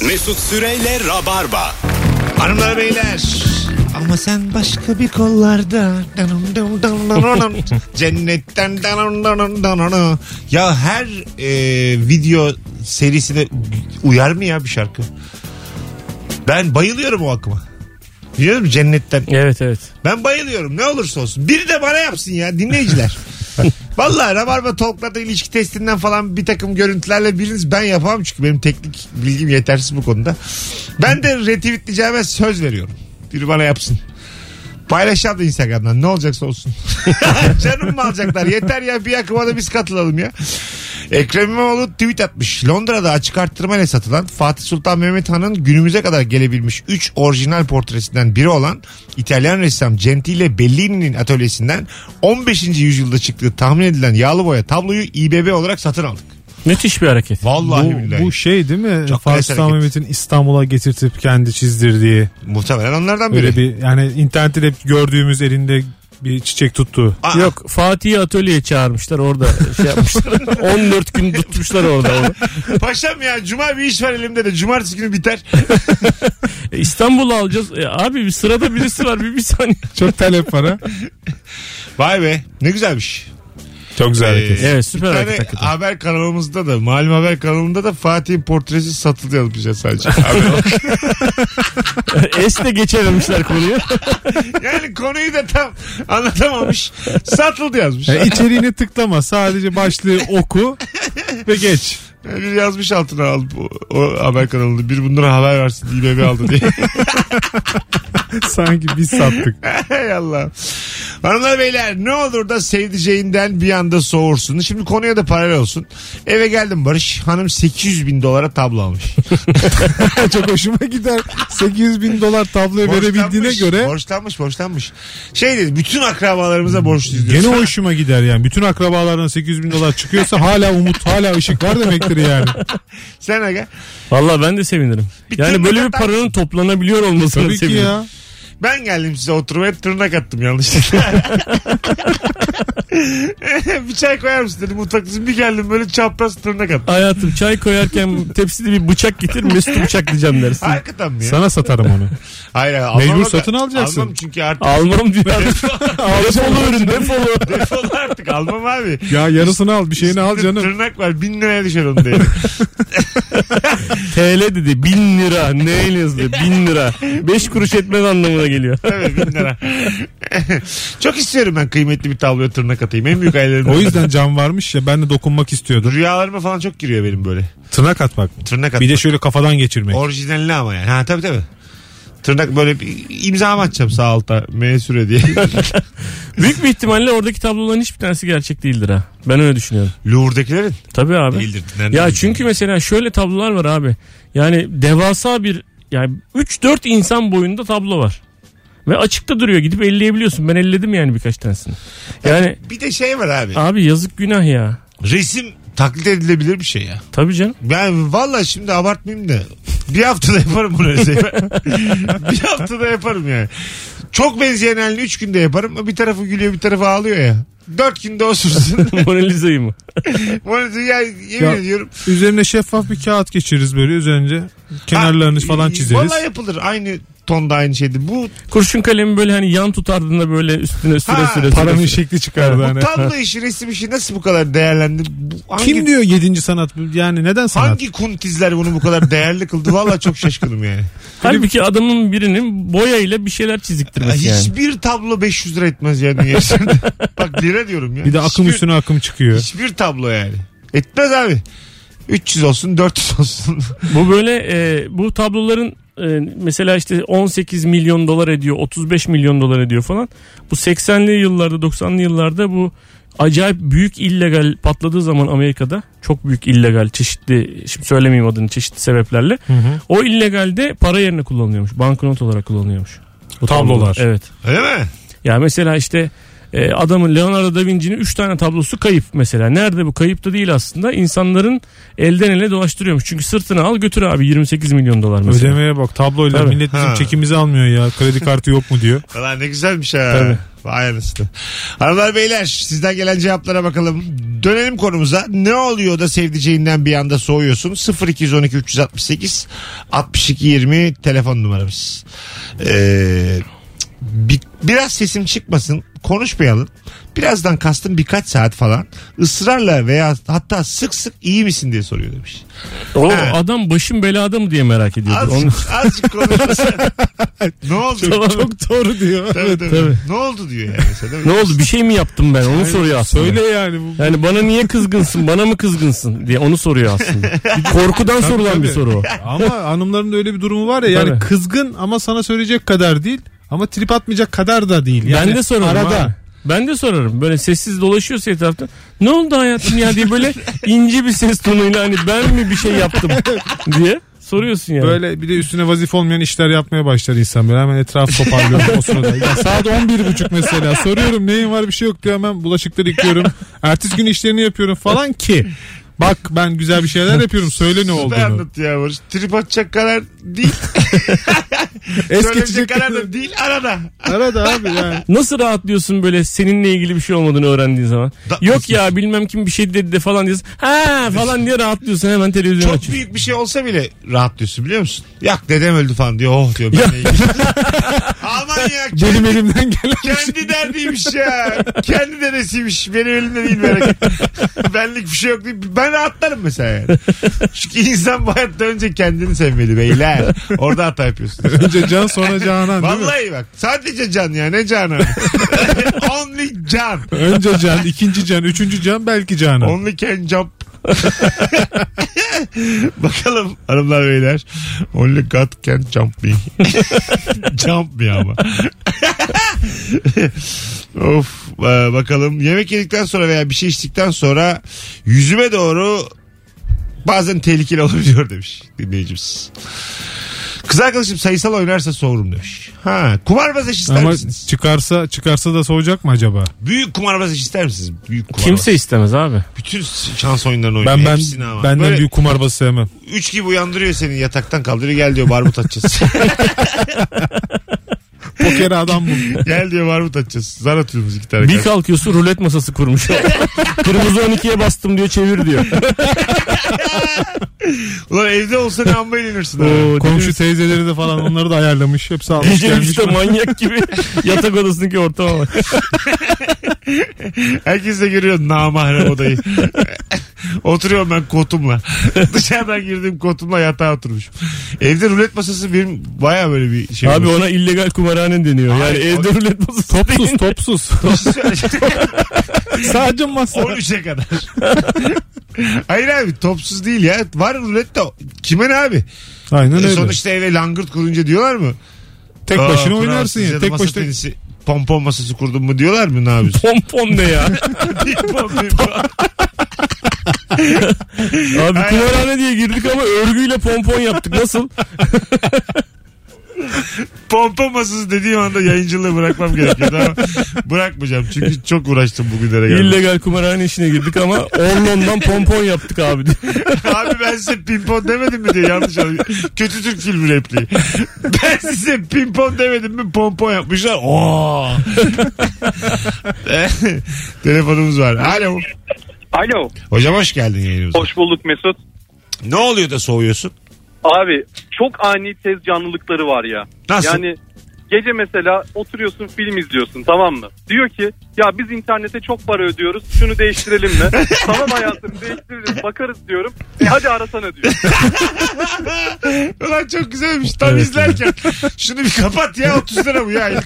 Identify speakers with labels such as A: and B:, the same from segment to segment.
A: Mesut Süreyle Rabarba.
B: Hanımlar beyler. Ama sen başka bir kollarda. Cennetten. Ya her video serisine uyar mı ya bir şarkı? Ben bayılıyorum o akıma. Biliyor musun cennetten?
C: Evet.
B: Ben bayılıyorum ne olursa olsun. Biri de bana yapsın ya dinleyiciler. Vallahi Rabarba Talk'larda ilişki testinden falan bir takım görüntülerle biriniz ben yapamam çünkü benim teknik bilgim yetersiz bu konuda. Ben de retweetleyeceğime söz veriyorum. Biri bana yapsın. Paylaşacağım da Instagram'dan ne olacaksa olsun. Canım mı alacaklar yeter ya bir akıma da biz katılalım ya. Ekrem İmamoğlu tweet atmış. Londra'da açık arttırmayla satılan Fatih Sultan Mehmet Han'ın günümüze kadar gelebilmiş 3 orijinal portresinden biri olan İtalyan ressam Gentile Bellini'nin atölyesinden 15. yüzyılda çıktığı tahmin edilen yağlı boya tabloyu İBB olarak satın aldık.
C: Müthiş bir hareket.
B: Vallahi billahi.
D: Bu şey değil mi?
B: Çok
D: Fatih Sultan Mehmet'in İstanbul'a getirtip kendi çizdirdiği.
B: Muhtemelen onlardan biri.
D: Öyle bir yani internette hep gördüğümüz elinde bir çiçek tuttu.
C: Yok Fatih'i atölyeye çağırmışlar orada şey yapmışlar. 14 gün tutmuşlar orada.
B: Paşam ya cuma bir iş var elimde de cumartesi günü biter.
C: İstanbul'u alacağız. Abi bir sırada birisi var bir saniye.
D: Çok talep var ha.
B: Vay be ne güzelmiş.
D: Çok güzel hareket.
C: Evet süper
B: hareket. Bir tane haber kanalımızda da malum haber kanalında da Fatih'in portresi satıldı yapacağız sadece.
C: Es'le geçememişler konuyu.
B: Yani konuyu da tam anlatamamış. Satıldı yazmış.
D: Yani içeriğini tıklama sadece başlığı oku ve geç.
B: Yani bir yazmış altına al o haber kanalında. Bir bunlara haber versin İBB aldı diye.
D: Sanki biz sattık.
B: Hay Allah. Hanımlar beyler ne olur da sevdiceğinden bir anda soğursun. Şimdi konuya da paralel olsun. Eve geldim Barış. Hanım 800 bin dolara tablo almış.
D: Çok hoşuma gider. 800 bin dolar tabloyu verebildiğine göre.
B: Borçlanmış. Şey dedi bütün akrabalarımıza borçluyuz diyor.
D: Gene hoşuma gider yani. Bütün akrabalardan 800 bin dolar çıkıyorsa hala umut hala ışık var demektir yani.
B: Sen aga.
C: Vallahi ben de sevinirim. Yani böyle bir paranın toplanabiliyor olmasını
D: tabii
C: sevinirim.
D: Tabii ki ya.
B: Ben geldim size oturmaya tırnak attım yanlışlıkla. Bir çay koyar mısın dedim mutfaktasın bir geldim böyle çapraz tırnak attım.
C: Hayatım çay koyarken tepside bir bıçak getir Mesut'u bıçaklayacağım dersin.
B: Hakikaten mi ya?
D: Sana satarım onu.
B: Hayır.
D: Mecbur satın alacaksın.
B: Almam çünkü artık.
C: Almam diyor. Defolu ürün defolu.
B: Defolu artık almam abi.
D: Ya yarısını al bir şeyini al canım.
B: Tırnak var 1000 liraya düşer onun değeri.
C: TL dedi 1000 lira neyle yazıyor 1000 lira 5 kuruş etmez anlamına geliyor.
B: Evet 1000 lira. Çok istiyorum ben kıymetli bir tabloya tırnak atayım. En büyük hayallerimden.
D: O yüzden cam varmış ya ben de dokunmak istiyordum.
B: Rüyalarıma falan çok giriyor benim böyle.
D: Tırnak atmak. Bir de şöyle kafadan geçirmek.
B: Orijinalini ama yani. Ha tabii. Tırnak böyle bir imzamı atacağım sağ alta. M-Süre diye.
C: Büyük bir ihtimalle oradaki tabloların hiçbir tanesi gerçek değildir ha. Ben öyle düşünüyorum.
B: Louvre'dakilerin?
C: Tabii abi.
B: Değildir.
C: Ya çünkü mesela şöyle tablolar var abi. Yani devasa bir yani 3-4 insan boyunda tablo var. Ve açıkta duruyor gidip elleyebiliyorsun. Ben elledim yani birkaç tanesini. Yani
B: bir de şey var abi.
C: Abi yazık günah ya.
B: Resim taklit edilebilir bir şey ya.
C: Tabii canım.
B: Ben vallahi şimdi abartmayayım da bir haftada yaparım bunu. Bir haftada yaparım yani. Çok benzeyen halini 3 günde yaparım. Bir tarafı gülüyor bir tarafı ağlıyor ya. 4 günde osursun.
C: Mona Lisa'yı mı?
B: Mona Lisa'yı ya, yemin ediyorum.
D: Üzerine şeffaf bir kağıt geçiririz böyle üzerinde. Kenarlarını falan çizeriz.
B: Vallahi yapılır. Aynı tonda aynı şeydi. Bu
C: kurşun kalemi böyle hani yan tutardığında böyle üstüne süre
D: paranın şekli çıkardı hani.
B: Bu tablo işi resim işi nasıl bu kadar değerlendi?
D: Kim diyor 7. sanat yani neden sanat?
B: Hangi kuntizler bunu bu kadar değerli kıldı? Vallahi çok şaşkınım yani.
C: Halbuki adamın birinin boyayla bir şeyler çiziktirmesi yani.
B: Hiçbir tablo 500 lira etmez ya dünya üzerinde. Bak lira diyorum ya.
D: Bir de akım üstüne akım çıkıyor.
B: Hiçbir tablo yani. Etmez abi. 300 olsun 400 olsun.
C: Bu böyle bu tabloların mesela işte 18 milyon dolar ediyor 35 milyon dolar ediyor falan. Bu 80'li yıllarda 90'lı yıllarda bu acayip büyük illegal patladığı zaman Amerika'da çok büyük illegal çeşitli şimdi söylemeyeyim adını çeşitli sebeplerle o illegalde para yerine kullanılıyormuş. Banknot olarak kullanılıyormuş.
D: O tablolar.
C: Evet.
B: Öyle mi?
C: Ya mesela işte adamın Leonardo da Vinci'nin 3 tane tablosu kayıp mesela. Nerede bu? Kayıp da değil aslında. İnsanların elden ele dolaştırıyormuş. Çünkü sırtına al götür abi 28 milyon dolar mesela.
D: Ödemeye bak tabloyla millet bizim çekimizi almıyor ya. Kredi kartı yok mu diyor.
B: Valla ne güzelmiş ha.
C: Tabii.
B: Vay anasını. Hanımlar beyler sizden gelen cevaplara bakalım. Dönelim konumuza. Ne oluyor da sevdiceğinden bir anda soğuyorsun? 0212 368 62 20 telefon numaramız. Biraz sesim çıkmasın, konuşmayalım. Birazdan kastım birkaç saat falan ısrarla veya hatta sık sık iyi misin diye soruyor demiş.
C: Adam başım belada mı diye merak ediyordu.
B: Azıcık konuşursa ne oldu?
D: Çok doğru diyor.
B: Tabii. Ne oldu diyor yani mesela.
C: Ne oldu, bir şey mi yaptım ben, onu soruyor aslında.
D: Söyle yani.
C: Yani bana niye kızgınsın, bana mı kızgınsın diye onu soruyor aslında. Korkudan sorulan bir soru o.
D: Ama hanımların da öyle bir durumu var ya, yani
C: Tabii.
D: kızgın ama sana söyleyecek kadar değil. Ama trip atmayacak kadar da değil. Yani
C: Ben de sorarım
D: arada.
C: ha. Ben de sorarım. Böyle sessiz dolaşıyorsa etrafta. Ne oldu hayatım ya diye böyle ince bir ses tonuyla hani ben mi bir şey yaptım diye soruyorsun yani.
D: Böyle bir de üstüne vazife olmayan işler yapmaya başlar insan, böyle hemen etrafı toparlıyorum o sırada. Ya saat 11.30 mesela, soruyorum neyin var, bir şey yok diyor, hemen bulaşıkları yıkıyorum. Ertesi gün işlerini yapıyorum falan ki. Bak ben güzel bir şeyler yapıyorum, söyle ne olduğunu.
B: Süper anlatıyor ya Barış. Trip atacak kadar değil. Söyleyecek kadar da değil, arada.
D: Arada abi yani.
C: Nasıl rahatlıyorsun böyle seninle ilgili bir şey olmadığını öğrendiğin zaman? Yok ya bilmem kim bir şey dedi de falan diyorsun. Ha falan diye rahatlıyorsun, hemen televizyon
B: Çok
C: açıyorsun.
B: büyük bir şey olsa bile rahatlıyorsun biliyor musun? Yak dedem öldü falan diyor. Oh diyor benle ilgili. Aman ya.
D: Benim elimden gelen.
B: Kendi derdiymiş ya. Kendi dedesiymiş. Benim elimde değil merak etme. Benlik bir şey yok değil. Ben rahatlarım mesela yani. Çünkü insan bu hayatta önce kendini sevmeli beyler. Orada hata yapıyorsunuz.
D: Önce can sonra canan değil mi?
B: Vallahi bak. Sadece can ya. Ne canan? Only can.
D: Önce can, ikinci can, üçüncü can, belki canan.
B: Only can jump. Bakalım hanımlar beyler. Only God can jump me. Jump me ama. Of, bakalım. Yemek yedikten sonra veya bir şey içtikten sonra yüzüme doğru bazen tehlikeli olabiliyor demiş dinleyicimiz. Kız arkadaşım sayısal oynarsa soğurum demiş. Ha, kumarbaz eş ister
D: Ama
B: misiniz?
D: çıkarsa da soğuyacak mı acaba?
B: Büyük kumarbaz eş ister misiniz? Büyük kumarbaz.
C: Kimse istemez abi.
B: Bütün şans oyunlarını oynuyor. Hepsini ama.
D: Benden
B: Böyle
D: büyük kumarbazı sevmem.
B: 3 gibi uyandırıyor seni, yataktan kaldırıyor, gel diyor barbut atacağız.
D: Pokeri adam bu.
B: Gel diyor barbut atacağız. Zar atıyoruz 2 tane.
C: Bir kalkıyorsun rulet masası kurmuş. Kırmızı 12'ye bastım diyor, çevir diyor.
B: Ulan evde olsa ne amba eğlenirsin.
C: Oo,
D: Komşu teyzeleri de falan, onları da ayarlamış. Hepsi almış
C: Gece
D: gelmiş.
C: 3'te manyak gibi yatak odasındaki ortama bak.
B: Herkes de görüyor namahrem odayı. Oturuyorum ben kotumla. Dışarıdan girdiğim kotumla yatağa oturmuşum. Evde rulet masası benim baya böyle bir şey.
C: Abi
B: olur.
C: ona illegal kumarhane deniyor. Yani
B: Hayır,
C: evde rulet masası değil.
D: Topsuz. Sadece masa.
B: 13'e kadar. Hayır abi topsuz değil ya. Var rulet de kime ne abi?
D: Aynen öyle.
B: Sonuçta eve langırt kurunca diyorlar mı?
D: Tek başına
B: Aa,
D: oynarsın
B: Fransız
D: ya.
B: da
D: Tek
B: masa
D: başına.
B: tenisi, pompon masası kurdun mu diyorlar mı, ne yapıyorsun?
C: Pompon ne ya? Abi kumarhane diye girdik ama örgüyle pompon yaptık. Nasıl?
B: Pompon masası dediğim anda yayıncılığı bırakmam gerekiyordu ama bırakmayacağım. Çünkü çok uğraştım bugünlere geldim.
C: İllegal kumarhane işine girdik ama Orlon'dan pompon yaptık abi diye.
B: Abi ben size pimpon demedim mi diye yanlış anladım. Kötü Türk filmi repliği. Ben size pimpon demedim mi, pompon yapmışlar. Oo. Telefonumuz var. Alo.
E: Alo.
B: Hocam hoş geldin yayınımıza.
E: Hoş bulduk Mesut.
B: Ne oluyor da soğuyorsun?
E: Abi çok ani tez canlılıkları var ya.
B: Nasıl?
E: Yani gece mesela oturuyorsun film izliyorsun, tamam mı? Diyor ki ya biz internete çok para ödüyoruz, şunu değiştirelim mi? Tamam hayatım değiştiririz, bakarız diyorum. Hadi arasana diyor.
B: Ulan çok güzelmiş. Tam izlerken. Şunu bir kapat ya, 30 lira bu ya aylık.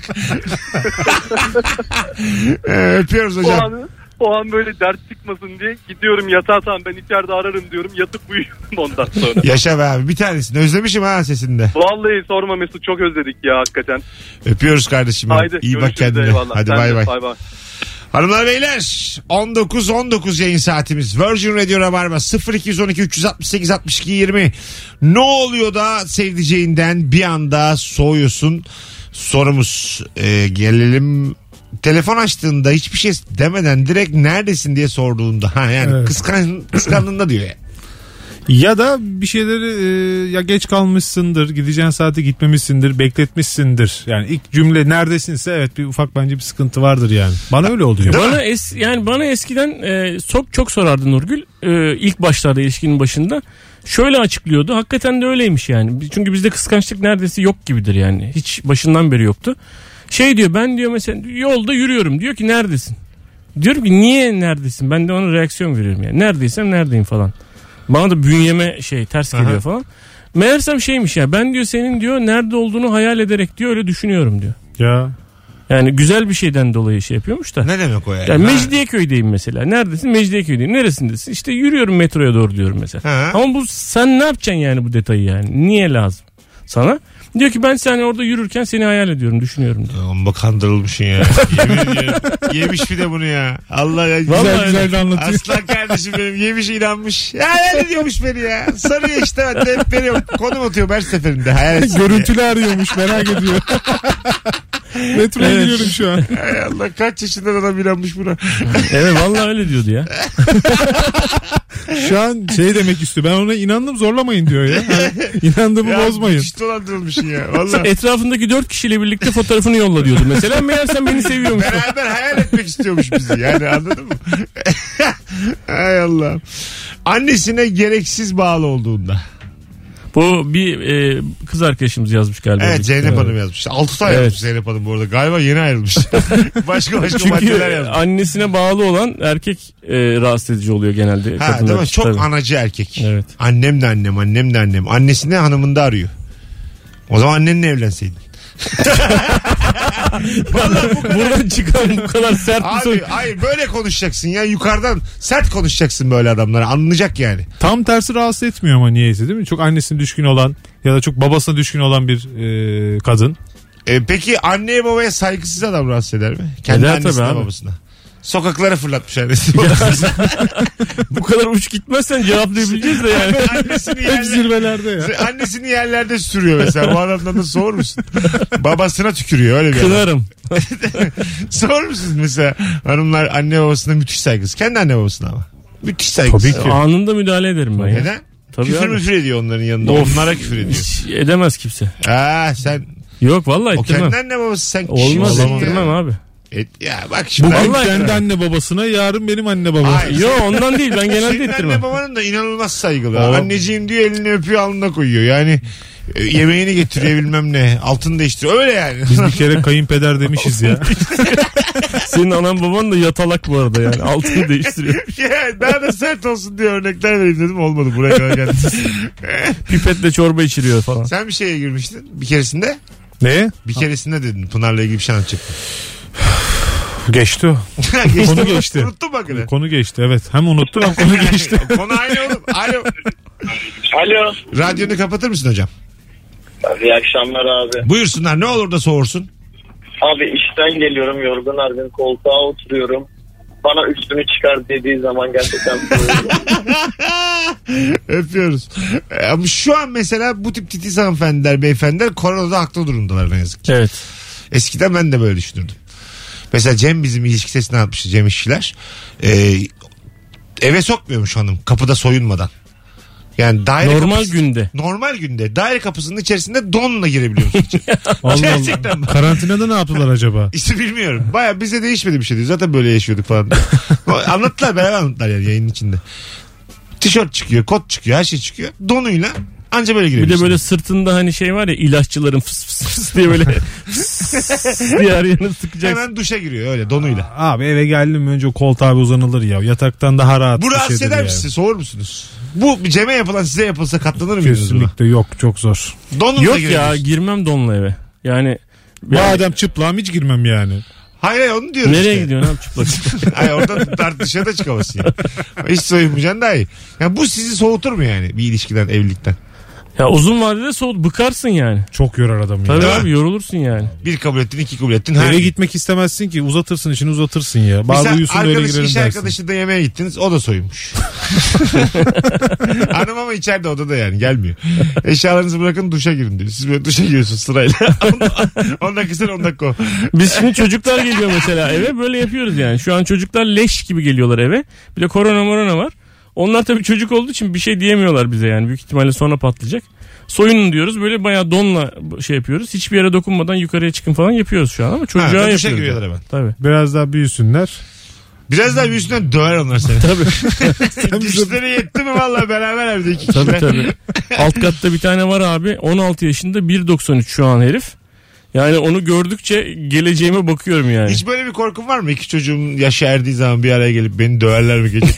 B: Öpüyoruz hocam.
E: O an böyle dert çıkmasın diye gidiyorum yatağa, tamam ben içeride ararım diyorum, yatıp uyuyorum ondan sonra.
B: Yaşa be abi, bir tanesini özlemişim ha sesinde.
E: Vallahi sorma Mesut, çok özledik ya hakikaten.
B: Öpüyoruz kardeşim.
E: Haydi
B: İyi bak
E: görüşürüz,
B: kendine.
E: eyvallah.
B: Hadi
E: Sen
B: bay
E: de,
B: bay.
E: bay bay.
B: Hanımlar beyler 19.19 yayın saatimiz. Virgin Radio Rabarba 0212 368 62 20. Ne oluyor da sevdiceğinden bir anda soğuyorsun? Sorumuz. Gelelim. Telefon açtığında hiçbir şey demeden direkt neredesin diye sorduğunda. Ha yani
D: Evet.
B: kıskandığında diyor ya.
D: Ya da bir şeyleri ya geç kalmışsındır, gideceğin saate gitmemişsindir, bekletmişsindir. Yani ilk cümle neredesinse evet bir ufak bence bir sıkıntı vardır yani. Bana öyle oluyor.
C: Bana eskiden çok sorardı Nurgül. İlk başlarda ilişkinin başında şöyle açıklıyordu. Hakikaten de öyleymiş yani. Çünkü bizde kıskançlık neredeyse yok gibidir yani. Hiç başından beri yoktu. Şey diyor, ben diyor mesela yolda yürüyorum. Diyor ki neredesin? Diyorum ki niye neredesin? Ben de ona reaksiyon veriyorum yani. Neredeysem neredeyim falan. Bana da bünyeme ters geliyor falan. Meğersem şeymiş ya, ben diyor senin diyor nerede olduğunu hayal ederek diyor öyle düşünüyorum diyor.
D: Ya.
C: Yani güzel bir şeyden dolayı yapıyormuş da.
B: Ne demek o yani?
C: Yani Mecidiyeköy'deyim mesela. Neredesin? Mecidiyeköy'deyim. Neresindesin? İşte yürüyorum metroya doğru diyorum mesela.
B: Ha.
C: Ama bu sen ne yapacaksın yani bu detayı yani? Niye lazım sana? Diyor ki ben seni orada yürürken seni hayal ediyorum, düşünüyorum diyor.
B: Amma kandırılmışsın ya. Yemin ediyorum. Yemiş bir de bunu ya. Allah ya.
D: Güzel de anlatıyor.
B: Aslan kardeşim benim yemiş inanmış. Ya hayal ediyormuş beni ya. Sarıyor işte ben de hep veriyorum. Konum atıyor her seferinde. Hayal etsin.
D: Görüntülü arıyormuş, merak ediyor. Metroya giriyorum şu an.
B: Hay Allah, kaç yaşından adam inanmış buna.
C: Evet vallahi öyle diyordu ya.
D: Şu an demek istiyor. Ben ona inandım, zorlamayın diyor ya. Yani, inandığımı
B: Ya
D: bozmayın.
B: hiç dolandırılmışsın ya. Vallahi.
C: Etrafındaki 4 kişiyle birlikte fotoğrafını yolla diyordu mesela. Meğersem beni seviyormuş.
B: Beraber hayal etmek istiyormuş bizi. Yani anladın mı? Hay Allah. Annesine gereksiz bağlı olduğunda.
C: Bu bir kız arkadaşımız yazmış galiba.
B: Evet, Zeynep Hanım yazmış. 6 tane yazmış Zeynep Hanım bu arada. Galiba yeni ayrılmış. başka
C: Çünkü
B: maddeler yazmış.
C: annesine bağlı olan erkek rahatsız edici oluyor genelde.
B: Ha, değil mi? Çok
C: tabii.
B: anacı erkek.
C: Evet.
B: Annem de annem, annem de annem. Annesini hanımında arıyor. O zaman annenle evlenseydin.
C: Buradan çıkan bu kadar sert bir soru.
B: Abi hayır, böyle konuşacaksın ya, yukarıdan sert konuşacaksın böyle adamlara, anlayacak yani.
D: Tam tersi rahatsız etmiyor ama niyeyse, değil mi? Çok annesine düşkün olan ya da çok babasına düşkün olan bir kadın.
B: Peki anneye babaya saygısız adam rahatsız eder mi? Kendi
C: Eder
B: annesine
C: tabii abi.
B: babasına. Sokaklara fırlatmış annesi.
C: Bu kadar uç gitmezsen cevaplayabileceğiz de yani.
B: Annesini
D: Hep zirvelerde ya.
B: Annesini yerlerde sürüyor mesela. Bu adamdan da soğur musun? Babasına tükürüyor öyle bir adam.
C: Kınarım.
B: Soğur musunuz mesela? Hanımlar anne babasına müthiş saygısız. Kendi anne babasına ama. Müthiş saygısız.
D: Tabii ki.
C: Anında müdahale ederim ben ya.
B: Neden?
C: Tabii
B: Küfür
C: abi.
B: müfür ediyor onların yanında.
C: Of.
B: Onlara küfür ediyor.
C: Hiç edemez kimse.
B: Sen
C: Yok vallahi
B: o
C: ettirmem.
B: kendi anne babası, sen
C: Olmaz,
B: kimsin ya?
C: ettirmem abi.
B: Ya bak şimdi.
D: Bugün
C: Vallahi
D: kendi
C: ettirmem.
D: anne babasına, yarın benim anne babam.
B: Hayır.
C: Yo ondan değil, ben genelde
B: Senin
C: ettirmem.
B: anne babanın da inanılmaz saygılı.
D: O-
B: Anneciğim diyor, elini öpüyor, alnına koyuyor. Yani yemeğini getiriyor bilmem ne. Altını değiştiriyor. Öyle yani.
D: Biz bir kere kayınpeder demişiz ya.
C: Senin anan baban da yatalak bu arada yani. Altını değiştiriyor.
B: Ya, daha da sert olsun diye örnekler vereyim dedim. Olmadı, buraya kadar geldi.
C: Pipetle çorba içiriyor falan.
B: Sen bir şeye girmiştin bir keresinde.
D: Ne?
B: Bir keresinde dedin. Pınar'la ilgili bir şey anlatacaktın.
D: Geçti o.
B: Geçti.
D: Konu geçti.
B: Unuttun bak yine.
D: Konu geçti, evet. Hem unuttum hem konu geçti.
B: Konu aynı oğlum. Alo.
E: Alo.
B: Radyonu kapatır mısın hocam?
E: İyi akşamlar abi.
B: Buyursunlar, ne olur da soğursun.
E: Abi işten geliyorum, yorgun argın koltuğa oturuyorum. Bana üstünü çıkar dediği zaman gerçekten
B: Öpüyoruz. Ama şu an mesela bu tip titiz hanımefendiler, beyefendiler koronada haklı durumdalar ne yazık ki.
C: Evet.
B: Eskiden ben de böyle düşünürdüm. Mesela Cem bizim ilişki sesini atmıştı, Cem İşçiler. Eve sokmuyormuş hanım kapıda soyunmadan. Yani daire
C: Normal
B: kapısı,
C: günde.
B: normal günde daire kapısının içerisinde donla girebiliyorsun içeri.
D: Allah
B: Gerçekten
D: Allah.
B: bak.
D: Karantinada ne yaptılar acaba?
B: İşte bilmiyorum. Baya bize değişmedi bir şey diyor. Zaten böyle yaşıyorduk falan. Anlattılar, beraber anlattılar yani yayının içinde. Tişört çıkıyor, kot çıkıyor, her şey çıkıyor. Donuyla anca böyle
C: Bir
B: girebiliyorsun.
C: de böyle sırtında hani şey var ya, ilaççıların fıs fıs fıs diye böyle fıs diye her yerine sıkacaksın.
B: Hemen duşa giriyor öyle donuyla.
D: Abi eve geldim mi önce o koltuğa bir uzanılır ya. Yataktan daha rahat.
B: Bu
D: bir
B: rahatsız
D: şeydir
B: eder
D: yani.
B: misin? Soğur musunuz? Bu Cem'e yapılan size yapılsa katlanır mıydınız buna?
D: Kesinlikle yok, çok zor.
B: Donunla
C: Yok ya,
B: girebiliyorsun.
C: girmem donla eve. Yani
D: Madem çıplağım hiç girmem yani.
B: Hayır onu diyorum
C: nereye
B: işte.
C: gidiyorsun abi çıplak?
B: Hayır oradan dışarıda çıkamazsın ya. Hiç soyunmayacaksın daha iyi. Yani bu sizi soğutur mu yani bir ilişkiden, evlilikten?
C: Ya uzun vadede soğut, bıkarsın yani.
D: Çok yorar adamı
C: Tabii
D: ya.
C: abi, yorulursun yani.
B: Bir kabul ettin, iki kabul ettin.
D: Eve gitmek istemezsin ki, uzatırsın işini, uzatırsın ya. Bazı
B: Mesela
D: uyusun da öyle
B: arkadaş,
D: girelim
B: iş
D: dersin.
B: arkadaşı da yemeğe gittiniz, o da soyunmuş. Hanım ama içeride, odada yani gelmiyor. Eşyalarınızı bırakın duşa girin diyor. Siz böyle duşa giriyorsunuz sırayla. 10 dakika sen 10 dakika o.
C: Biz şimdi çocuklar geliyor mesela eve, böyle yapıyoruz yani. Şu an çocuklar leş gibi geliyorlar eve. Bir de korona var. Onlar tabii çocuk olduğu için bir şey diyemiyorlar bize yani. Büyük ihtimalle sonra patlayacak. Soyunun diyoruz, böyle bayağı donla şey yapıyoruz. Hiçbir yere dokunmadan yukarıya çıkın falan yapıyoruz şu an ama çocuğa
B: duşa
C: yapıyoruz.
B: giriyorlar hemen.
C: Tabii.
D: Biraz daha büyüsünler.
B: Biraz daha büyüsünden döver onlar seni.
C: Tabii.
B: Güçleri yetti mi valla beraber evde iki
C: Tabii
B: kişiler.
C: tabii. Alt katta bir tane var abi. 16 yaşında, 1.93 şu an herif. Yani onu gördükçe geleceğime bakıyorum yani.
B: Hiç böyle bir korkun var mı? İki çocuğum yaşı erdiği zaman bir araya gelip beni döverler mi gece?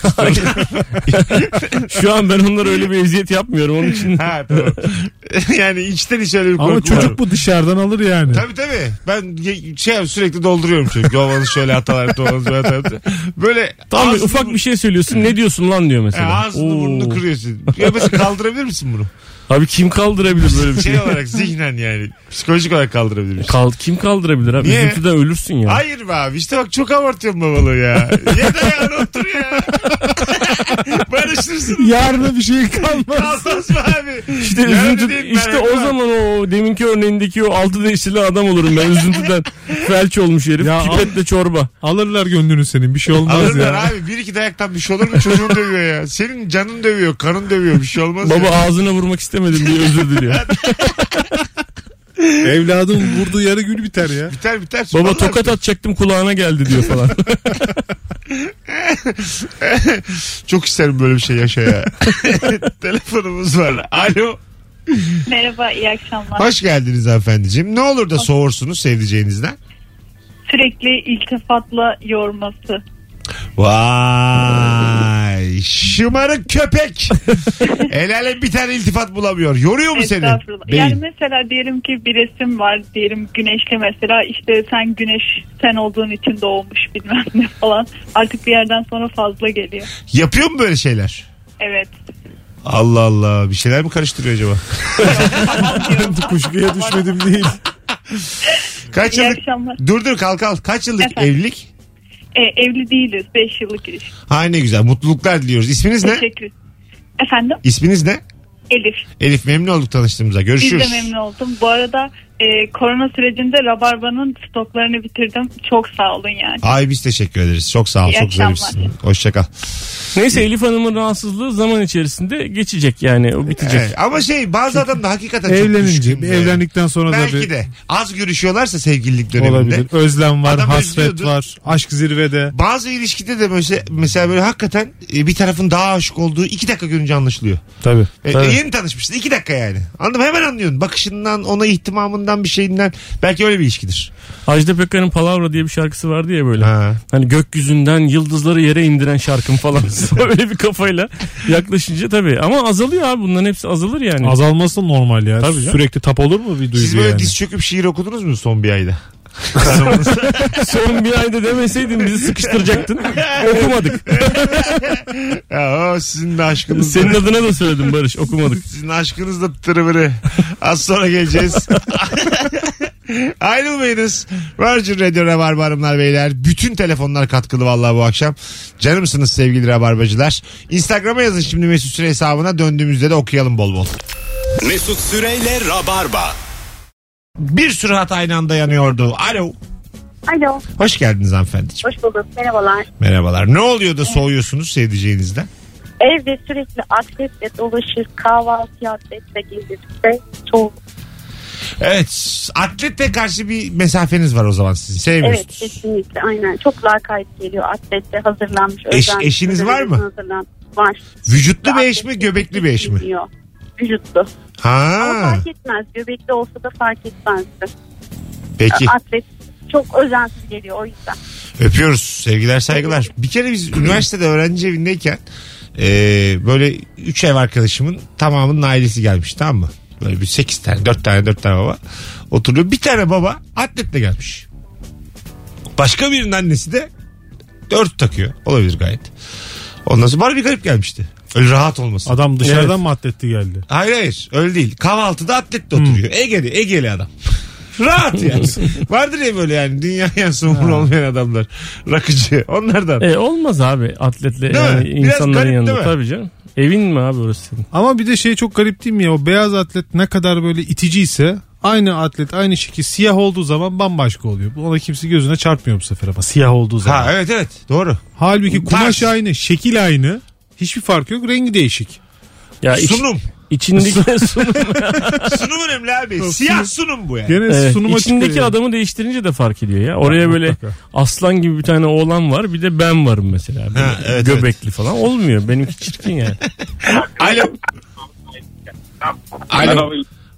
C: Şu an ben onlara öyle bir eziyet yapmıyorum onun için.
B: Ha tamam. Yani içten hiç öyle bir korku
D: Ama
B: var.
D: çocuk bu dışarıdan alır yani.
B: Tabii. Ben sürekli dolduruyorum çünkü. Babanız şöyle hatalar, babanız böyle hatalar. Böyle
C: Tamam,
B: ağzını-
C: ufak bir şey söylüyorsun, ne diyorsun lan diyor mesela.
B: ağzını
C: Oo.
B: burnunu kırıyorsun. Ya mesela kaldırabilir misin bunu?
C: Abi kim kaldırabilir böyle bir şey?
B: Şey olarak zihnen yani. Psikolojik olarak kaldırabilir misin?
C: Kim kaldırabilir abi?
B: Niye?
C: Üzüntüden ölürsün ya.
B: Hayır be abi, işte bak çok abartıyorum babalığı ya. Yeter ya, otur ya. Barışırsın.
D: Yarına bir şey kalmaz.
B: Kalmaz mı abi?
C: İşte
B: Yani
C: üzüntü,
B: değil,
C: işte
B: merak
C: o
B: etme.
C: zaman o deminki örneğindeki o 6 değiştirli adam olurum ben üzüntüden. Felç olmuş herif.
D: Ya
C: Pipetle çorba.
D: Alırlar gönlünü senin, bir şey olmaz
B: Alırlar
D: ya.
B: abi, bir iki dayaktan bir şey olur mu? Çocuğun dövüyor ya. Senin canın dövüyor, kanın dövüyor, bir şey olmaz
C: Baba
B: ya.
C: ağzına vurmak istemedim diye özür diliyor.
D: Evladın vurduğu yarı gül biter ya.
B: Biter.
C: Baba
B: Vallahi
C: tokat
B: biter.
C: atacaktım kulağına geldi diyor falan.
B: Çok isterim böyle bir şey yaşa ya. Telefonumuz var. Alo.
F: Merhaba, iyi akşamlar.
B: Hoş geldiniz hanımefendiciğim. Ne olur da soğursunuz sevdiceğinizden?
F: Sürekli iltifatla yorması.
B: Vay, şımarık köpek. El alem bir tane iltifat bulamıyor. Yoruyor mu seni?
F: Estağfurullah.
B: Beyin.
F: Yani mesela diyelim ki bir resim var, diyelim güneşli mesela, işte sen güneş sen olduğun için doğmuş bilmem ne falan. Artık bir yerden sonra fazla geliyor.
B: Yapıyor mu böyle şeyler?
F: Evet.
B: Allah Allah, bir şeyler mi karıştırıyor acaba?
D: Kuşkuya düşmedim değil.
B: Kaç
F: İyi
B: yıllık?
F: akşamlar.
B: Dur kalk. Kaç yıllık
F: Efendim?
B: evlilik?
F: Evli değiliz. 5 yıllık ilişki.
B: Ha, ne güzel, mutluluklar diliyoruz. İsminiz ne?
F: Teşekkür ederim. Efendim?
B: İsminiz ne?
F: Elif.
B: Elif, memnun olduk tanıştığımıza.
F: Biz
B: Görüşürüz.
F: de memnun oldum. Bu arada korona sürecinde Rabarba'nın stoklarını bitirdim. Çok sağ olun yani.
B: Ay biz teşekkür ederiz. Çok sağ ol.
F: İyi
B: Çok güzel
F: akşamlar.
B: birisin. Hoşça kal.
C: Neyse, Elif Hanım'ın rahatsızlığı zaman içerisinde geçecek yani, o bitecek.
B: Evet, ama bazı adam da hakikaten çok
D: Evlenince,
B: düşkün böyle.
D: evlendikten sonra da
B: Belki
D: bir
B: de az görüşüyorlarsa sevgililik döneminde.
D: olabilir. Özlem var,
B: Adam
D: hasret
B: özlüyordur.
D: var, aşk zirvede.
B: Bazı ilişkide de mesela böyle hakikaten bir tarafın daha aşık olduğu 2 dakika görünce anlaşılıyor.
D: Tabii.
B: Yeni tanışmışsın 2 dakika yani. Anladın mı? Hemen anlıyorsun. Bakışından, ona ihtimamından, bir şeyinden. Belki öyle bir ilişkidir.
C: Ajda Pekkan'ın Palavra diye bir şarkısı vardı ya böyle.
B: Ha.
C: Hani gökyüzünden yıldızları yere indiren şarkım falan. Öyle bir kafayla yaklaşınca tabii. Ama azalıyor abi, bunların hepsi azalır yani.
D: Azalması normal ya.
C: Tabii canım.
D: Sürekli tap olur mu bir duygu
B: Siz böyle
D: yani?
B: diz çöküp şiir okudunuz mu son bir ayda?
C: Son bir ayda demeseydin bizi sıkıştıracaktın. Okumadık.
B: Ya, sizin de aşkınız.
C: Senin adına da söyledim Barış, okumadık.
B: Sizin aşkınız da tırıvırı. Az sonra geleceğiz. Ayrılmayınız. Virgin Radio Rabarba hanımlar beyler. Bütün telefonlar katkılı vallahi bu akşam. Canımsınız sevgili Rabarbacılar. Instagram'a yazın şimdi Mesut Süre hesabına, döndüğümüzde de okuyalım bol bol.
A: Mesut Süreyle Rabarba.
B: Bir sürü hat aynı anda yanıyordu. Alo.
G: Alo,
B: Hoş geldiniz hanımefendiciğim.
G: hoş bulduk. Merhabalar.
B: Merhabalar. Ne oluyor da soğuyorsunuz sevdiceğinizden?
G: Evde sürekli atletle dolaşır, kahvaltı atletle gelirse soğuk.
B: Evet. Atlete karşı bir mesafeniz var o zaman sizin. Sevmiyorsunuz.
G: Evet, kesinlikle aynen. Çok lakayt geliyor atletle hazırlanmış.
B: Eşiniz var mı?
G: Var.
B: Vücutlu bir eş
G: Atletle
B: mi, göbekli bir eş mi?
G: geliyor. Vücutlu. Ama
B: Ha.
G: fark etmez. Göbekli olsa da fark etmezdi.
B: Peki.
G: Atlet çok özensiz geliyor o yüzden.
B: Öpüyoruz. Sevgiler, saygılar. Bir kere biz üniversitede öğrenci evindeyken böyle 3 ev arkadaşımın tamamının ailesi gelmiş, tamam mı? Böyle bir 8 tane 4 tane baba oturuyor. Bir tane baba atletle gelmiş. Başka birinin annesi de 4 takıyor. Olabilir gayet. Ondan sonra bana bir garip gelmişti. Öyle rahat olmasın.
D: Adam dışarıdan
C: Evet.
D: mı atletli geldi?
B: Hayır öyle değil. Kahvaltıda atletle oturuyor. Egeli adam. Rahat yani. Vardır ya böyle yani dünyaya sonur olmayan adamlar. Rakıcı. Onlardan.
C: Olmaz abi atletle
B: Değil
C: yani
B: mi? Biraz
C: insanların
B: garip
C: yanında.
B: değil mi?
C: Tabii canım. Evin mi abi orası senin?
D: Ama bir de şey çok garip değil mi ya? O beyaz atlet ne kadar böyle iticiyse aynı atlet aynı şekil siyah olduğu zaman bambaşka oluyor. Ona kimse gözüne çarpmıyor bu sefer ama siyah olduğu zaman.
B: Ha evet doğru.
D: Halbuki kumaş
B: Tarz.
D: aynı, şekil aynı. Hiçbir fark yok. Rengi değişik.
C: Ya
B: Sunum.
C: İçindeki sunum.
B: Sunum önemli abi. Siyah sunum bu yani.
D: Gene
C: Evet,
D: sunuma
C: içindeki
D: çıkıyor.
C: adamı değiştirince de fark ediyor ya. Oraya böyle
D: mutlaka.
C: aslan gibi bir tane oğlan var, bir de ben varım mesela. Böyle
B: evet,
C: göbekli falan olmuyor. Benimki çirkin yani.
B: Alo. Alo.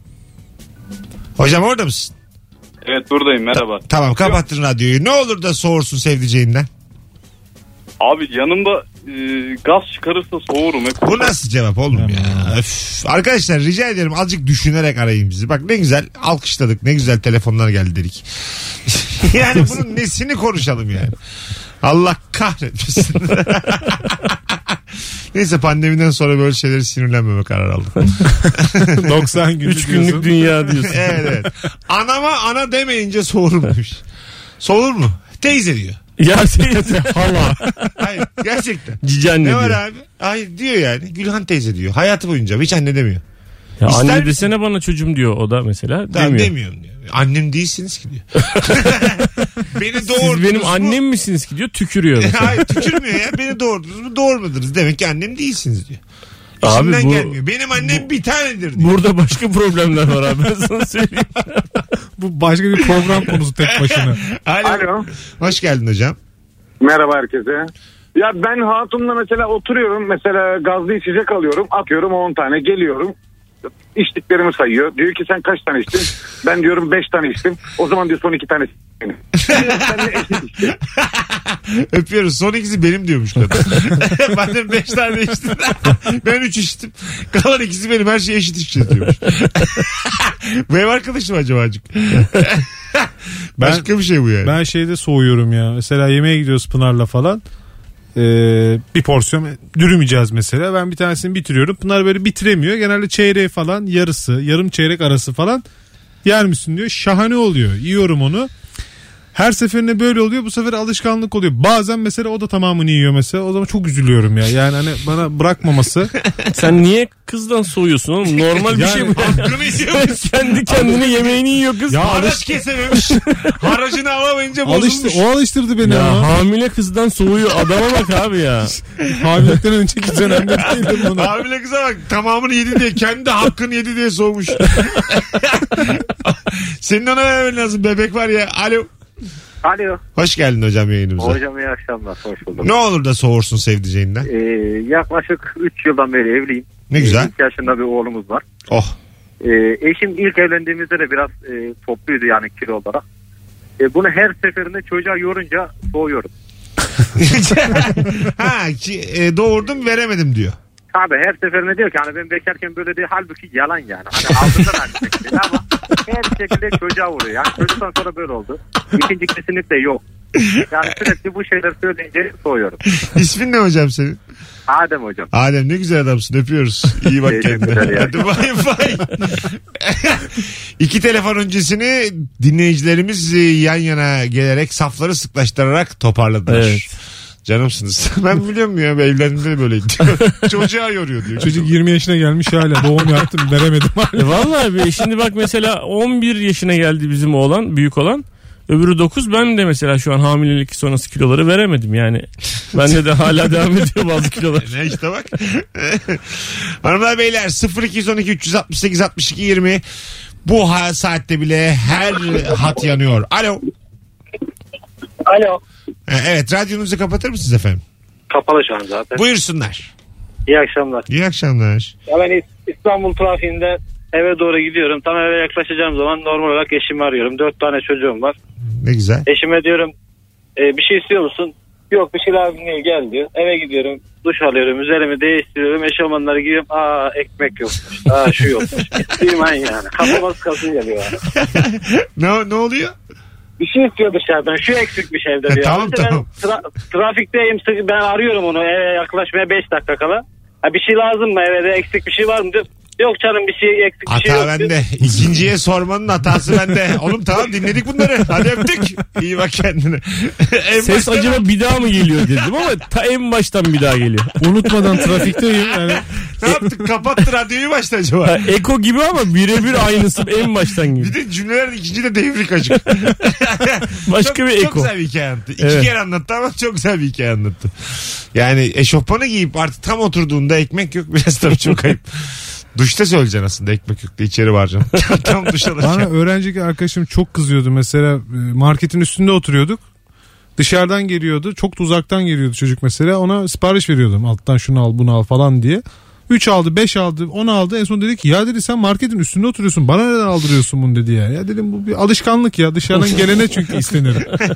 B: Hocam orada mısın?
E: Evet buradayım merhaba.
B: Tamam, kapattın radyoyu. Ne olur da soğursun sevdiceğinden.
E: Abi yanımda gaz çıkarırsa soğurum hep.
B: Bu nasıl cevap oğlum ya? Öf. Arkadaşlar rica ederim azıcık düşünerek arayın bizi. Bak ne güzel alkışladık. Ne güzel telefonlar geldi dedik. Yani bunun nesini konuşalım yani. Allah kahretmesin. Neyse, pandemiden sonra böyle şeyleri sinirlenmeme kararı aldım.
D: 90 günlük
C: 3 günlük dünya diyorsun.
B: Evet evet. Anama ana demeyince soğurum demiş. Soğur mu? Teyze diyor.
C: Ya hala.
B: Hayır gerçekten.
C: Cici anne
B: Ne
C: diyor.
B: var abi? Hayır diyor yani. Gülhan teyze diyor. Hayatı boyunca hiç anne demiyor.
C: Ya
B: İster
C: anne
B: misin?
C: desene bana çocuğum diyor o da mesela.
B: Tamam,
C: Demiyor.
B: demiyorum diyor. Annem değilsiniz ki diyor. Beni doğurdunuz
C: Siz benim
B: mu?
C: annem misiniz ki diyor, tükürüyor mesela.
B: Hayır tükürmüyor ya. Beni doğurdunuz mu doğurmadınız. Demek ki annem değilsiniz diyor.
C: Abi
B: İçimden
C: bu-
B: gelmiyor. Benim annem bir tanedir diyor.
C: Burada başka problemler var abi, ben sana söyleyeyim.
D: Bu başka bir program konusu tek başına.
B: Alo. Hoş geldin hocam.
H: Merhaba herkese. Ya ben hatunla mesela oturuyorum. Mesela gazlı içecek alıyorum. Atıyorum 10 tane geliyorum. İçtiklerimi sayıyor. Diyor ki sen kaç tane içtin? Ben diyorum 5 tane içtim. O zaman diyor son 2 tane benim. Seninle eşit işte.
B: Öpüyoruz. Son ikisi benim diyormuş kadın. Ben de 5 tane içtim. Ben 3 içtim. Kalan ikisi benim. Her şey eşit içeceğiz diyormuş. Bu ev arkadaşım acaba acık? Başka bir şey bu yani.
D: Ben şeyde soğuyorum ya. Mesela yemeğe gidiyoruz Pınar'la falan. Bir porsiyon dürüm yiyeceğiz mesela. Ben bir tanesini bitiriyorum. Pınar böyle bitiremiyor. Genelde çeyreği falan, yarısı, yarım çeyrek arası falan yer misin diyor. Şahane oluyor. Yiyorum onu. Her seferinde böyle oluyor. Bu sefer alışkanlık oluyor. Bazen mesela o da tamamını yiyor mesela. O zaman çok üzülüyorum ya. Yani hani bana bırakmaması.
C: Sen niye kızdan soğuyorsun oğlum? Normal bir şey bu.
B: Hakkını yiyormuş.
C: Kendi kendine yemeğini yiyor kız.
B: Ya haraç kesememiş. Haracını alamayınca bozulmuş.
D: O alıştırdı beni
C: Ya
D: ama.
C: hamile kızdan soğuyor. Adama bak abi ya.
D: Hamilelikten önceki dönemde değildim buna.
B: Hamile kıza bak, tamamını yedi diye, kendi hakkını yedi diye soğumuş. Senin ona vermen lazım, bebek var ya. Alo.
H: Alo.
B: Hoş geldin hocam yayınımıza.
H: Hocam iyi akşamlar. Hoş bulduk.
B: Ne olur da soğursun sevdiceğinden.
H: Yaklaşık 3 yıldan beri evliyim.
B: Ne güzel.
H: 2 yaşında bir oğlumuz var.
B: Oh.
H: Eşim ilk evlendiğimizde de biraz topluydu yani kilo olarak. Bunu her seferinde çocuğa yorunca soğuyorum.
B: Doğurdum veremedim diyor.
H: Abi her seferinde diyor ki hani ben bekarken böyle değil, halbuki yalan yani. Hani altından halbuki ama her şekilde çocuğa vuruyor. Yani çocuktan sonra böyle oldu. İkinci kesinlikle yok. Yani sürekli bu şeyler söyleyince soğuyorum.
B: İsmin ne hocam senin?
H: Adem hocam.
B: Adem, ne güzel adamsın, öpüyoruz. İyi bak kendine. Hadi bay bay. 2 telefon öncesini dinleyicilerimiz yan yana gelerek safları sıklaştırarak toparladılar.
C: Evet.
B: Canımsınız. Ben biliyorum ya, evlendiğimde de böyleydi. Çocuğa yoruyor diyor.
D: Çocuk 20 yaşına gelmiş hala doğum yaptım veremedim hala.
C: Vallahi abi şimdi bak mesela 11 yaşına geldi bizim oğlan, büyük olan. Öbürü 9. Ben de mesela şu an hamilelik sonrası kiloları veremedim yani. Bende de hala devam ediyor bazı kilolar.
B: Ne işte bak. Hanımlar beyler 0212 368 62 20 bu saatte bile her hat yanıyor. Alo.
I: Alo.
B: Evet, radyonuzu kapatır mısınız efendim?
I: Kapalı şu an zaten.
B: Buyursunlar.
I: İyi akşamlar.
B: İyi akşamlar.
I: Ya ben İstanbul trafiğinde eve doğru gidiyorum. Tam eve yaklaşacağım zaman normal olarak eşimi arıyorum. 4 tane çocuğum var.
B: Ne güzel.
I: Eşime diyorum bir şey istiyor musun? Yok, bir şey lazım değil, gel diyor. Eve gidiyorum, duş alıyorum, üzerimi değiştiriyorum, eşofmanları giyiyorum. Aa, ekmek yokmuş. Aa, şu yokmuş. Bilmem yani. Kafama sıkasın geliyor yani.
B: Ne oluyor?
I: Bir şey istiyor dışarıdan. Şu eksikmiş evde diyor.
B: Tamam,
I: İşte
B: tamam.
I: Ben trafikteyim. Ben arıyorum onu eve yaklaşmaya 5 dakika kala. Ha, bir şey lazım mı, eve de eksik bir şey var mı diyor. Yok canım bir şey eksik bir şey
B: Hata
I: yok.
B: bende. İkinciye sormanın hatası bende. Oğlum tamam dinledik bunları. Hadi öptük. İyi bak kendine.
C: Ses acaba bir daha mı geliyor dedim ama ta en baştan bir daha geliyor.
D: Unutmadan trafikteyim. Yani
B: Ne yaptık? Kapattı radyoyu başta acaba.
C: Eko gibi ama birebir aynısı en baştan gibi.
B: Bir de cümlelerin ikinci de devrik açık.
C: Başka bir
B: Çok
C: eko.
B: güzel bir hikaye anlattı. İki
C: Evet.
B: kere anlattı ama çok güzel bir hikaye anlattı. Yani eşofmanı giyip artık tam oturduğunda ekmek yok. Biraz tabii çok ayıp. Duşta söyleyeceksin aslında ekmek yok da içeri varacaksın. Tam duş
D: bana
B: alırken.
D: öğrenci arkadaşım çok kızıyordu. Mesela marketin üstünde oturuyorduk. Dışarıdan geliyordu. Çok da uzaktan geliyordu çocuk mesela. Ona sipariş veriyordum. Alttan şunu al bunu al falan diye. 3 aldı 5 aldı 10 aldı. En son dedi ki ya dedi sen marketin üstünde oturuyorsun. Bana neden aldırıyorsun bunu dedi ya. Ya dedim bu bir alışkanlık ya. Dışarıdan gelene çünkü istenir.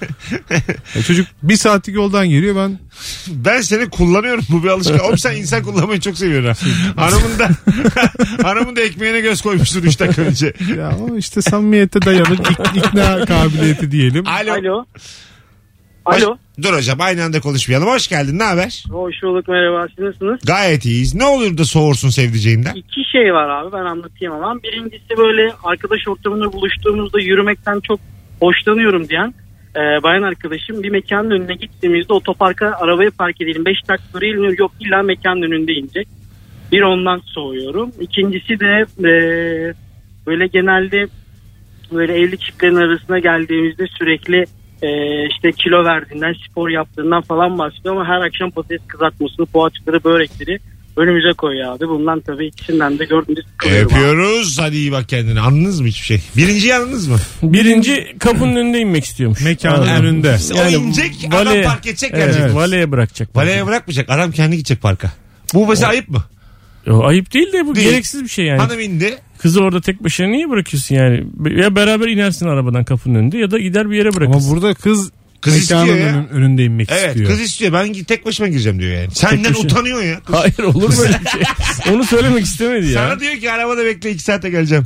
D: Çocuk 1 saatlik yoldan geliyor
B: Ben seni kullanıyorum bu bir alışkanlık. Oğlum sen insan kullanmayı çok seviyorsun ha. Hanımın da ekmeğine göz koymuşsun 3 dakika önce.
D: ya o işte samimiyete dayanır ikna kabiliyeti diyelim.
B: Alo.
I: Alo.
B: Dur hocam aynı anda konuşmayalım. Hoş geldin ne haber?
I: Hoş bulduk, merhaba, siz nasılsınız?
B: Gayet iyiyiz. Ne olur da soğursun sevdiceğinden?
I: İki şey var abi, ben anlatayım ama. Birincisi böyle arkadaş ortamında buluştuğumuzda yürümekten çok hoşlanıyorum diyen bayan arkadaşım bir mekanın önüne gittiğimizde otoparka arabayı park edelim 5 dakika iniyor, yok illa mekanın önünde inecek. Bir ondan soğuyorum. İkincisi de böyle genelde böyle evli çiftlerin arasına geldiğimizde sürekli işte kilo verdiğinden, spor yaptığından falan bahsediyor ama her akşam patates kızartmasını, poğaçaları, börekleri önümüze koyuyor abi. Bundan tabii ikisinden de gördüğünüz sıkılıyorum.
B: Öpüyoruz. Hadi iyi bak kendine. Anladınız mı hiçbir şey? Birinciyi anladınız mı?
C: Birinci kapının önünde inmek istiyormuş.
D: Mekanın önünde.
B: O inecek adam park edecek gelecek.
C: Evet, valeye bırakacak.
B: Valeye bırakmayacak. Adam kendi gidecek parka. Bu mesela ayıp mı?
C: O ayıp değil de bu
B: Değil.
C: gereksiz bir şey yani.
B: Hanım indi.
C: Kızı orada tek başına niye bırakıyorsun yani? Ya beraber inersin arabadan kapının önünde ya da gider bir yere bırakırsın.
D: Ama burada kız
B: Kız
D: mekanın
B: istiyor ya.
D: önünde inmek
B: Evet
D: istiyor.
B: kız istiyor. Ben tek başıma gireceğim diyor yani. Senden
C: başına.
B: utanıyor ya. Kız.
C: Hayır olur mu öyle bir şey? Onu söylemek istemedi ya.
B: Sana diyor ki arabada bekle 2 saate geleceğim.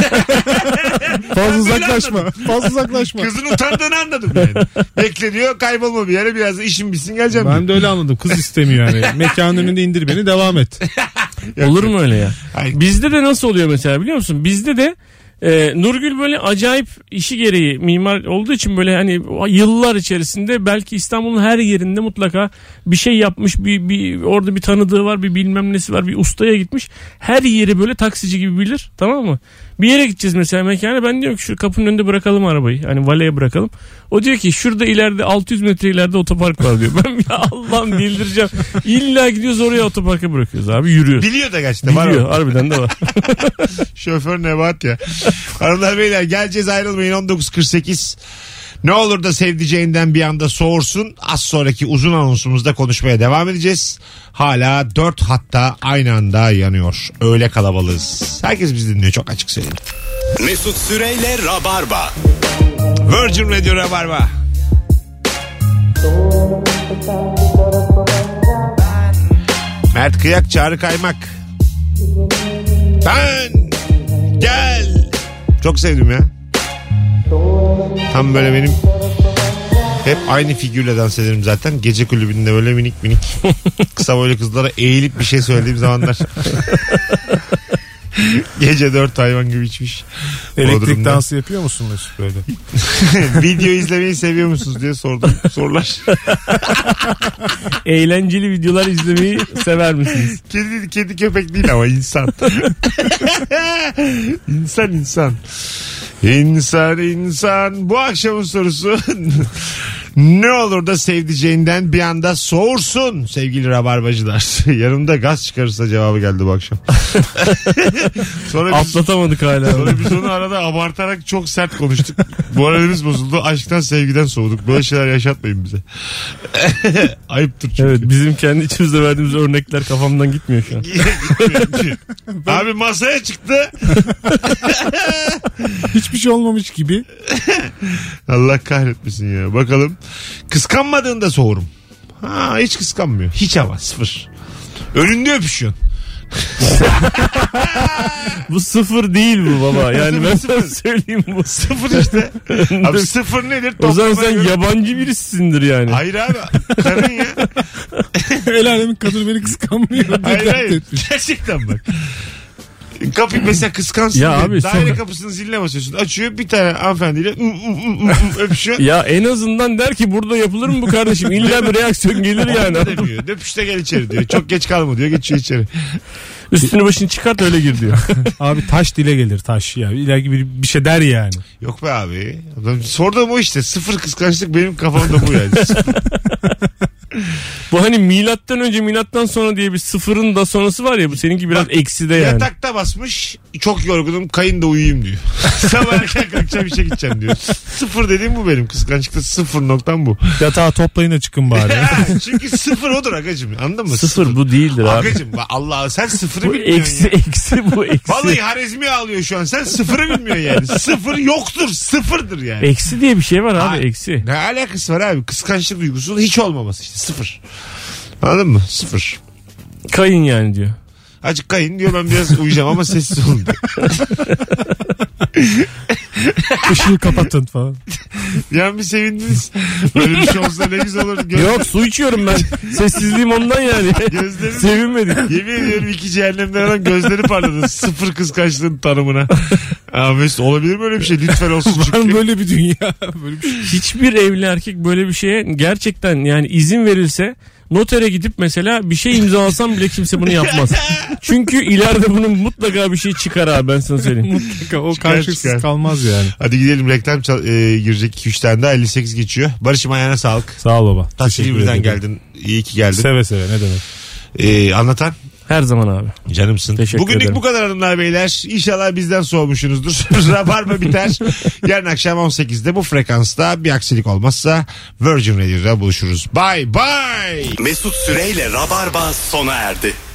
D: Fazla
B: Ben
D: uzaklaşma.
B: böyle
D: Fazla uzaklaşma.
B: Kızın utandığını anladım yani. Bekle diyor kaybolma bir yere biraz işim bitsin geleceğim
D: Ben
B: diyor.
D: de öyle anladım. Kız istemiyor yani. Mekanın önünde indir beni devam et.
C: Olur mu öyle ya?
B: Hayır.
C: Bizde de nasıl oluyor mesela biliyor musun? Bizde de Nurgül böyle acayip işi gereği mimar olduğu için böyle hani yıllar içerisinde belki İstanbul'un her yerinde mutlaka bir şey yapmış, bir orada bir tanıdığı var, bir bilmem nesi var, bir ustaya gitmiş. Her yeri böyle taksici gibi bilir, tamam mı? Bir yere gideceğiz mesela mekana, ben diyorum ki şu kapının önünde bırakalım arabayı, hani valeye bırakalım. O diyor ki şurada ileride 600 metre ileride otopark var diyor. Ben ya Allah'ım bildireceğim. İlla gidiyoruz oraya, otoparka bırakıyoruz abi, yürüyoruz.
B: Biliyor da gerçekten var.
C: Biliyor,
B: o.
C: harbiden de var.
B: Şoför Nebat ya. Hanımlar beyler geleceğiz, ayrılmayın. 19.48. Ne olur da sevdiceğinden bir anda soğursun. Az sonraki uzun anonsumuzda konuşmaya devam edeceğiz. Hala 4 hatta aynı anda yanıyor. Öyle kalabalığız. Herkes bizi dinliyor, çok açık söyleyeyim.
A: Mesut Süreyle Rabarba.
B: Virgin Radio Rabarba. Mert Kıyak, Çağrı Kaymak. Ben gel. Çok sevdim ya. Tam böyle benim hep aynı figürle dans ederim zaten. Gece kulübünde böyle minik kısa boylu kızlara eğilip bir şey söylediğim zamanlar. Gece 4 hayvan gibi içmiş.
D: Elektrik
B: Bodrum'da.
D: dansı yapıyor musun Mesut böyle?
B: Video izlemeyi seviyor musunuz diye sordum sorular.
C: Eğlenceli videolar izlemeyi sever misiniz?
B: Kedi köpek değil ama insan. İnsan. İnsan. Bu akşamın sorusu ne olur da sevdiceğinden bir anda soğursun sevgili rabarbacılar. Yanımda gaz çıkarırsa cevabı geldi bu akşam. Sonra
C: Atlatamadık hala.
B: Sonra biz onu arada abartarak çok sert konuştuk. Moralimiz bozuldu. Aşktan sevgiden soğuduk. Böyle şeyler yaşatmayın bize. Ayıptır çünkü.
C: Evet, bizim kendi içimizde verdiğimiz örnekler kafamdan gitmiyor şu an.
B: Gitmiyor. Abi masaya çıktı.
D: Hiçbir şey olmamış gibi.
B: Allah kahretmesin ya. Bakalım. Kıskanmadığında soğurum. Ha, hiç kıskanmıyor. Hiç ama sıfır. Önünde öpüşüyorsun.
C: Bu sıfır değil bu baba. Yani ben sana söyleyeyim bu.
B: Sıfır işte. Abi sıfır nedir?
C: O zaman
B: Toplamaya
C: sen
B: göre-
C: yabancı birisindir yani.
B: Hayır abi. Karın ya.
D: El alemin kadını beni kıskanmıyor. diye
B: Hayır
D: dert
B: hayır.
D: etmiş.
B: Gerçekten bak. Kapı mesela kıskansın
C: Ya
B: diye.
C: abi,
B: Daire
C: sonra-
B: kapısının ziline basıyorsun. Açıyor bir tane hanımefendiyle öpüşüyor.
C: Ya en azından der ki burada yapılır mı bu kardeşim? İlla bir reaksiyon gelir yani.
B: Onu da demiyor. Öpüşte gel içeri diyor. Çok geç kalma diyor. Geçiyor içeri.
C: Üstünü başını çıkart öyle gir diyor.
D: Abi taş dile gelir taş ya. İleriki bir şey der yani.
B: Yok be abi. Sorduğum o işte. Sıfır kıskançlık benim kafamda bu yani.
C: Bu hani milattan önce milattan sonra diye bir sıfırın da sonrası var ya, bu seninki biraz
B: Bak,
C: eksi de yani.
B: Yatakta basmış. Çok yorgunum. Kayın da uyuyayım diyor. Sabah erken kalkacağım işe gideceğim diyor. Sıfır dediğim bu benim. Kıskançlıkta sıfır noktam bu.
D: Yatağa toplayın da çıkın bari.
B: Çünkü sıfır odur agacım. Anladın mı?
C: Sıfır bu değildir abi.
B: Agacım Allah sen sıfırı
C: Bu
B: bilmiyorsun
C: eksi
B: ya.
C: eksi bu eksi.
B: Vallahi Harezmi ağlıyor şu an. Sen sıfırı bilmiyorsun yani. Sıfır yoktur. Sıfırdır yani.
C: Eksi diye bir şey var abi,
B: Hayır.
C: eksi.
B: Ne alakası var abi? Kıskançlık duygusunun hiç olmaması işte. Sıfır. Anladın mı? Sıfır.
C: Kayın yani diyor.
B: Azıcık kayın diyor, ben biraz uyuyacağım ama sessiz olun diyor.
D: Işığı kapatın falan.
B: Yani bir sevindiniz. Böyle bir şey olsa ne güzel olur.
C: Yok, su içiyorum ben. Sessizliğim ondan yani.
B: Gözlerim,
C: Sevinmedik.
B: yemin ediyorum iki cehennemden olan gözleri parladı. Sıfır kıskançlığın tanımına. Abi olabilir mi öyle bir şey? Lütfen olsun
D: Var
B: çünkü.
D: mı böyle bir dünya? Böyle bir şey.
C: Hiçbir evli erkek böyle bir şeye gerçekten yani izin verilse, notere gidip mesela bir şey imzalasam bile kimse bunu yapmaz. Çünkü ileride bunun mutlaka bir şey çıkar abi, ben sana söyleyeyim.
D: Mutlaka o
B: Çıkar,
D: karşılıksız
B: çıkar.
D: kalmaz yani.
B: Hadi gidelim, reklam girecek 2-3 tane daha, 58 geçiyor. Barış'ım ayağına sağlık.
D: Sağ ol baba.
B: Taş
D: Teşekkür
B: İlbir'den
D: ederim.
B: geldin. İyi ki geldin.
D: Seve seve, ne demek.
B: Anlatan
C: Her zaman abi.
B: canımsın.
C: Teşekkür
B: Bugünlük
C: ederim.
B: bu kadar hanımlar beyler. İnşallah bizden soğumuşsunuzdur. Rabarba biter. Yarın akşam 18'de bu frekansta bir aksilik olmazsa Virgin Radio'da buluşuruz. Bye bye.
A: Mesut Süreyle Rabarba sona erdi.